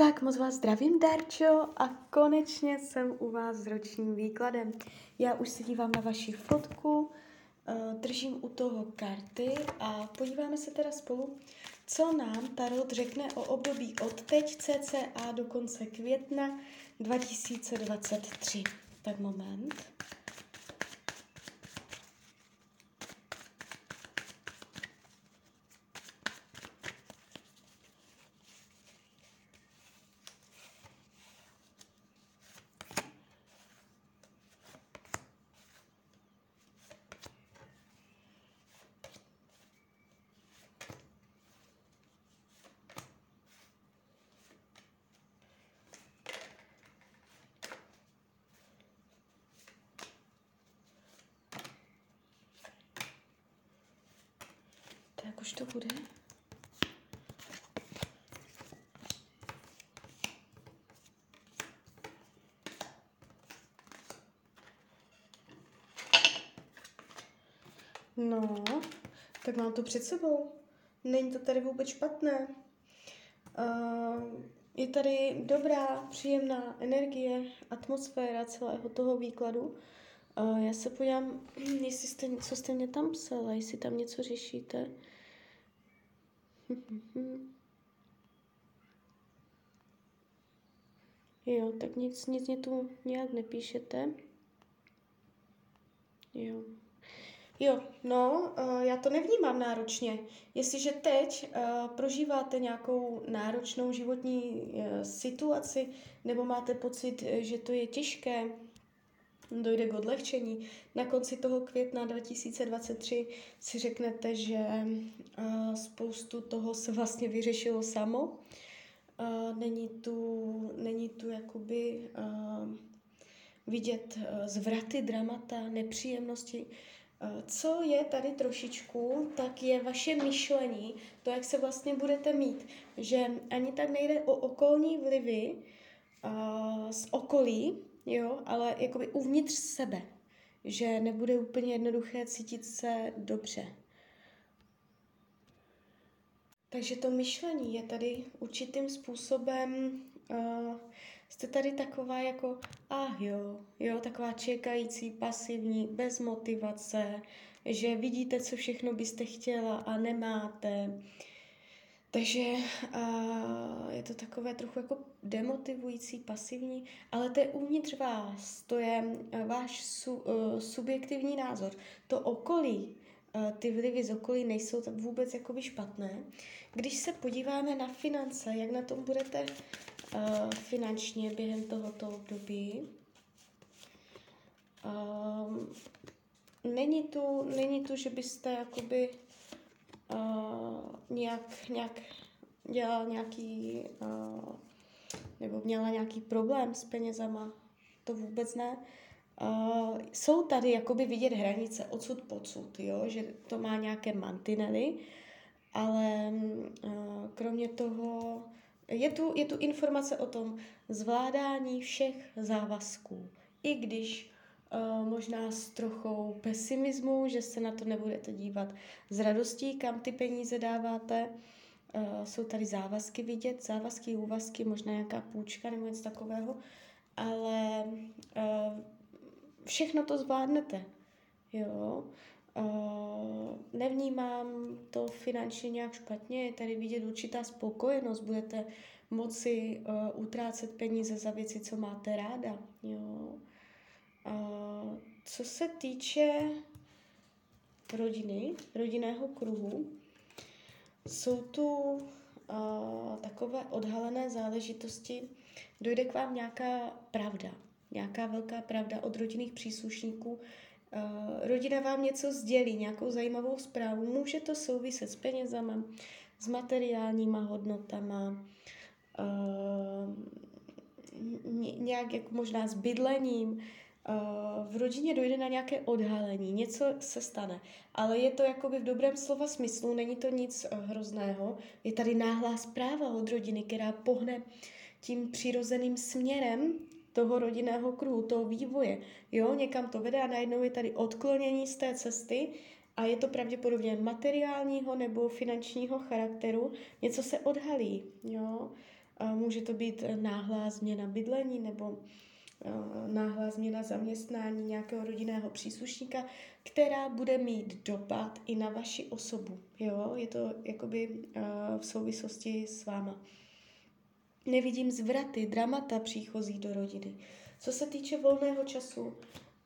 Tak moc vás zdravím, Darčo, a konečně jsem u vás s ročním výkladem. Já už se dívám na vaši fotku, držím u toho karty a podíváme se teda spolu, co nám Tarot řekne o období od teď cca do konce května 2023. Tak moment. Tak už to bude. No, tak mám to před sebou. Není to tady vůbec špatné. Je tady dobrá, příjemná energie, atmosféra celého toho výkladu. Já se podívám, co jste mě tam psala, jestli tam něco řešíte. Jo, tak nic mě tu nějak nepíšete. Jo, no, já to nevnímám náročně. Jestliže teď prožíváte nějakou náročnou životní situaci, nebo máte pocit, že to je těžké, dojde k odlehčení. Na konci toho května 2023 si řeknete, že spoustu toho se vlastně vyřešilo samo. Není tu jakoby vidět zvraty, dramata, nepříjemnosti. Co je tady trošičku, tak je vaše myšlení, to, jak se vlastně budete mít, že ani tak nejde o okolní vlivy z okolí, jo, ale jakoby uvnitř sebe, že nebude úplně jednoduché cítit se dobře. Takže to myšlení je tady určitým způsobem, jste tady taková jako, taková čekající, pasivní, bez motivace, že vidíte, co všechno byste chtěla a nemáte. Takže je to takové trochu jako demotivující, pasivní, ale to je uvnitř vás, to je váš subjektivní názor. To okolí, ty vlivy z okolí nejsou vůbec jakoby špatné. Když se podíváme na finance, jak na tom budete finančně během tohoto období, není tu, že byste jakoby nějak dělal nějaký nebo měla nějaký problém s penězama, to vůbec ne. Jsou tady jakoby vidět hranice odsud pocud, jo? Že to má nějaké mantinely, ale kromě toho je tu informace o tom zvládání všech závazků. I když možná s trochou pesimismu, že se na to nebudete dívat s radostí, kam ty peníze dáváte. Jsou tady závazky vidět, závazky, úvazky, možná nějaká půjčka nebo něco takového, ale všechno to zvládnete. Jo. Nevnímám to finančně nějak špatně, je tady vidět určitá spokojenost, budete moci utrácet peníze za věci, co máte ráda. Jo. Co se týče rodinného kruhu, jsou tu takové odhalené záležitosti, dojde k vám nějaká pravda, nějaká velká pravda od rodinných příslušníků. Rodina vám něco sdělí, nějakou zajímavou zprávu. Může to souviset s penězama, s materiálníma hodnotama, nějak jako možná s bydlením. V rodině dojde na nějaké odhalení, něco se stane, ale je to jakoby v dobrém slova smyslu, není to nic hrozného. Je tady náhlá zpráva od rodiny, která pohne tím přirozeným směrem toho rodinného kruhu, toho vývoje. Jo, někam to vede a najednou je tady odklonění z té cesty a je to pravděpodobně materiálního nebo finančního charakteru. Něco se odhalí, jo. může to být náhlá změna bydlení nebo náhlá změna zaměstnání nějakého rodinného příslušníka, která bude mít dopad i na vaši osobu. Jo? Je to jakoby v souvislosti s váma. Nevidím zvraty, dramata příchozí do rodiny. Co se týče volného času,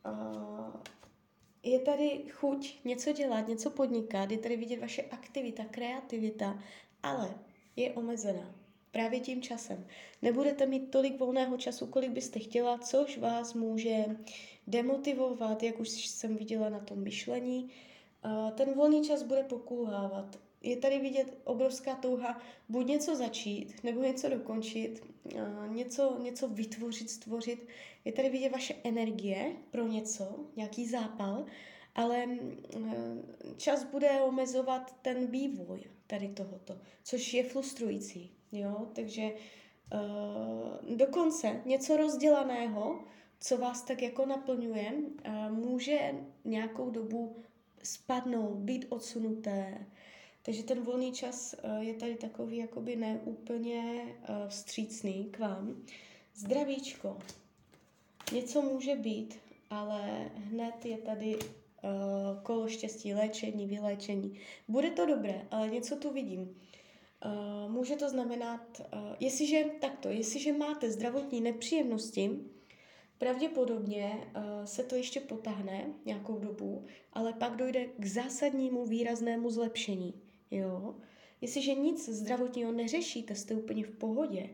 je tady chuť něco dělat, něco podnikat, je tady vidět vaše aktivita, kreativita, ale je omezená právě tím časem. Nebudete mít tolik volného času, kolik byste chtěla, což vás může demotivovat, jak už jsem viděla na tom myšlení. Ten volný čas bude pokulhávat. Je tady vidět obrovská touha buď něco začít, nebo něco dokončit, něco vytvořit, stvořit. Je tady vidět vaše energie pro něco, nějaký zápal, ale čas bude omezovat ten vývoj tady tohoto, což je frustrující. Jo? Takže dokonce něco rozdělaného, co vás tak jako naplňuje, může nějakou dobu spadnout, být odsunuté. Takže ten volný čas je tady takový jakoby neúplně vstřícný k vám. Zdravíčko. Něco může být, ale hned je tady kolo štěstí, léčení, vyléčení. Bude to dobré, ale něco tu vidím. Může to znamenat, jestliže máte zdravotní nepříjemnosti, pravděpodobně se to ještě potáhne nějakou dobu, ale pak dojde k zásadnímu výraznému zlepšení. Jo? Jestliže nic zdravotního neřešíte, jste úplně v pohodě,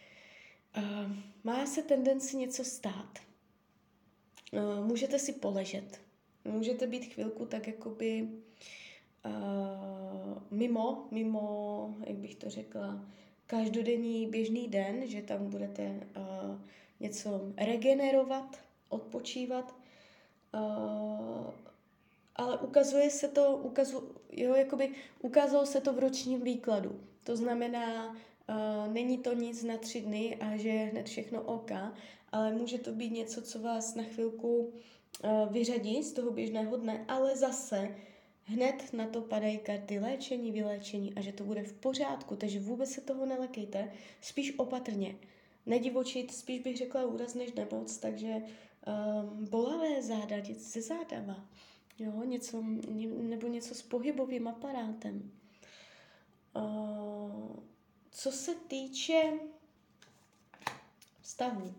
má se tendenci něco stát. Můžete si poležet. Můžete být chvilku tak jakoby mimo, jak bych to řekla, každodenní běžný den, že tam budete něco regenerovat, odpočívat, ale ukázalo se to v ročním výkladu. To znamená, není to nic na 3 dny a že je hned všechno OK, ale může to být něco, co vás na chvilku vyřadí z toho běžného dne, ale zase hned na to padají karty léčení, vyléčení a že to bude v pořádku, takže vůbec se toho nelekejte, spíš opatrně. Nedivočit, spíš bych řekla úraz než nemoc, takže bolavé záda, něco se zádama, jo, nebo něco s pohybovým aparátem. Co se týče vztahů,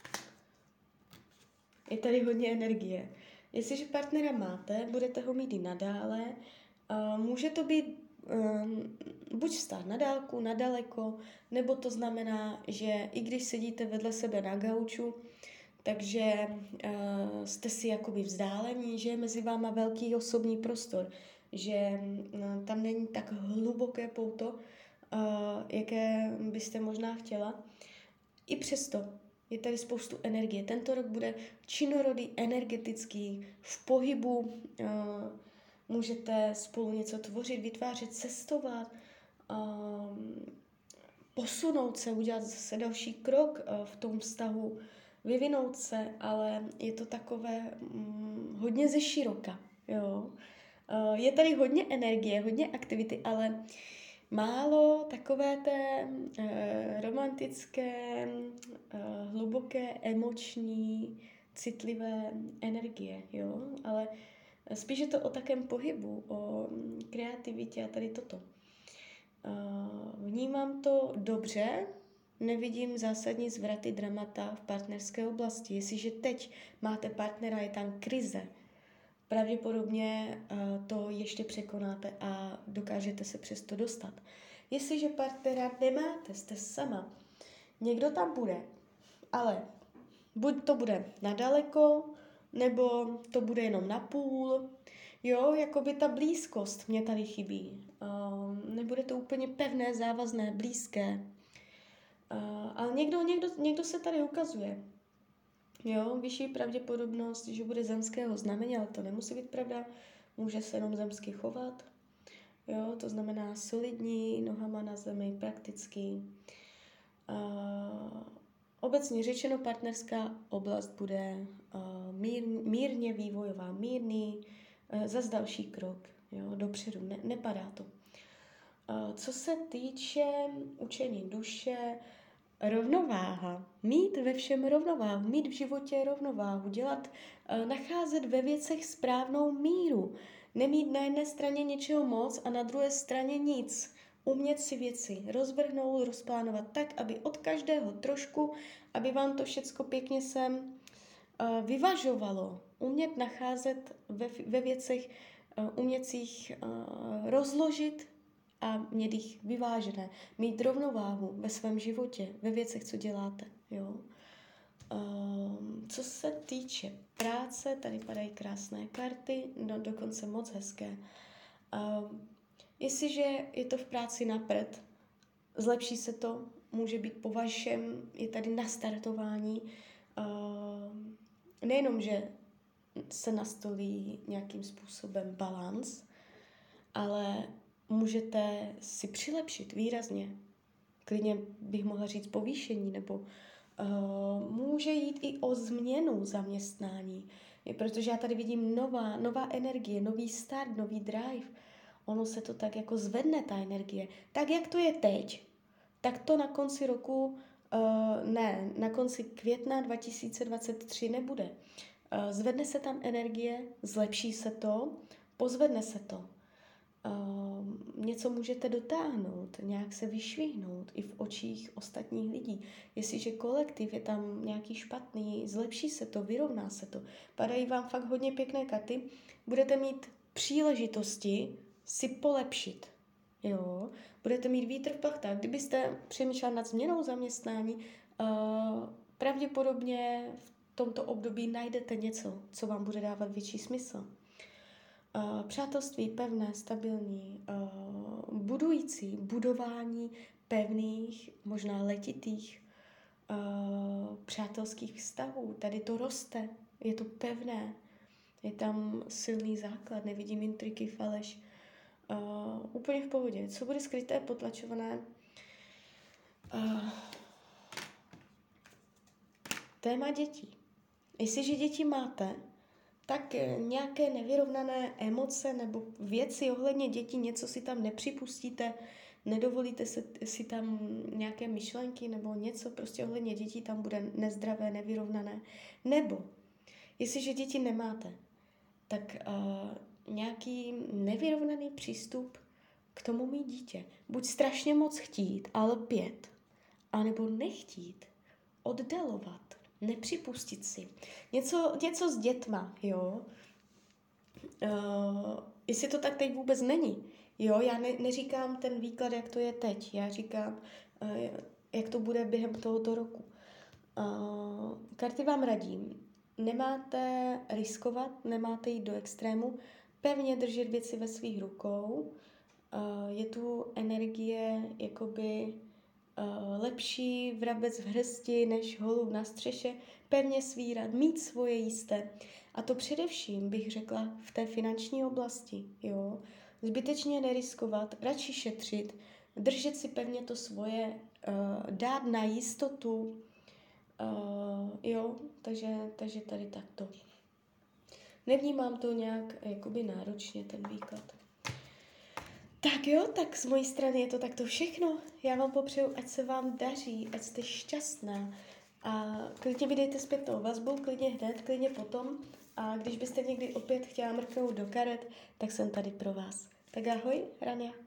je tady hodně energie. Jestliže partnera máte, budete ho mít i nadále. Může to být buď vztah na dálku, na daleko, nebo to znamená, že i když sedíte vedle sebe na gauču, takže jste si jakoby vzdálení, že je mezi váma velký osobní prostor, že tam není tak hluboké pouto, jaké byste možná chtěla. I přesto je tady spoustu energie. Tento rok bude činorodý, energetický, v pohybu, můžete spolu něco tvořit, vytvářet, cestovat, posunout se, udělat zase další krok v tom vztahu, vyvinout se, ale je to takové hodně ze široka. Jo? Je tady hodně energie, hodně aktivity, ale málo takové té romantické, hluboké, emoční, citlivé energie, jo? Ale spíš je to o takém pohybu, o kreativitě a tady toto. Vnímám to dobře, nevidím zásadní zvraty, dramata v partnerské oblasti. Jestliže teď máte partnera, je tam krize, pravděpodobně to ještě překonáte a dokážete se přes to dostat. Jestliže partnera nemáte, jste sama, někdo tam bude, ale buď to bude nadaleko, nebo to bude jenom napůl, jo, jakoby ta blízkost mě tady chybí. Nebude to úplně pevné, závazné, blízké. Ale někdo se tady ukazuje. Jo, vyšší pravděpodobnost, že bude zemského znamení, ale to nemusí být pravda. Může se jenom zemsky chovat. Jo, to znamená solidní, nohama na zemi, praktický. Obecně řečeno, partnerská oblast bude mírně vývojová, mírný, zas další krok, jo, dopředu, nepadá to. Co se týče učení duše, rovnováha. Mít ve všem rovnováhu, mít v životě rovnováhu, nacházet ve věcech správnou míru. Nemít na jedné straně něčeho moc a na druhé straně nic. Umět si věci rozvrhnout, rozplánovat tak, aby od každého trošku, aby vám to všecko pěkně sem vyvažovalo. Umět nacházet ve věcech, umět si jich rozložit a mít jich vyvážené. Mít rovnováhu ve svém životě, ve věcech, co děláte. Jo? Co se týče práce, tady padají krásné karty, no, dokonce moc hezké. Jestliže je to v práci na prd, zlepší se to, může být po vašem, je tady nastartování. Nejenom, že se nastolí nějakým způsobem balans, ale můžete si přilepšit výrazně. Klidně bych mohla říct povýšení, nebo může jít i o změnu zaměstnání. Protože já tady vidím nová energie, nový start, nový drive. Ono se to tak jako zvedne, ta energie. Tak, jak to je teď, tak to na konci roku, na konci května 2023 nebude. Zvedne se tam energie, zlepší se to, pozvedne se to. Něco můžete dotáhnout, nějak se vyšvihnout i v očích ostatních lidí. Jestliže kolektiv je tam nějaký špatný, zlepší se to, vyrovná se to. Padají vám fakt hodně pěkné karty. Budete mít příležitosti si polepšit. Jo? Budete mít vítr v plachtách. Kdybyste přemýšleli nad změnou zaměstnání, pravděpodobně v tomto období najdete něco, co vám bude dávat větší smysl. Přátelství pevné, stabilní, budování pevných, možná letitých přátelských vztahů. Tady to roste, je to pevné, je tam silný základ, nevidím intriky, faleš. Úplně v pohodě. Co bude skryté, potlačované? Téma dětí. Jestliže děti máte, tak nějaké nevyrovnané emoce nebo věci ohledně dětí, něco si tam nepřipustíte, nedovolíte si tam nějaké myšlenky nebo něco prostě ohledně dětí tam bude nezdravé, nevyrovnané. Nebo, jestliže děti nemáte, tak nějaký nevyrovnaný přístup k tomu mít dítě. Buď strašně moc chtít a lpět, anebo nechtít, oddalovat, nepřipustit si. Něco s dětma, jo. Jestli to tak teď vůbec není. Jo, já neříkám ten výklad, jak to je teď. Já říkám, jak to bude během tohoto roku. Karty vám radím. Nemáte riskovat, nemáte jít do extrému, pevně držet věci ve svých rukou. Je tu energie jakoby lepší vrabec v hrsti než holub na střeše, pevně svírat, mít svoje jisté. A to především bych řekla v té finanční oblasti. Jo? Zbytečně neriskovat, radši šetřit, držet si pevně to svoje, dát na jistotu. Jo, takže tady takto. Nevnímám to nějak jakoby náročně, ten výklad. Tak jo, tak z mojí strany je to takto všechno. Já vám popřeju, ať se vám daří, ať jste šťastná. A klidně mi dejte zpětnou vazbu, klidně hned, klidně potom. A když byste někdy opět chtěla mrknout do karet, tak jsem tady pro vás. Tak ahoj, Rania.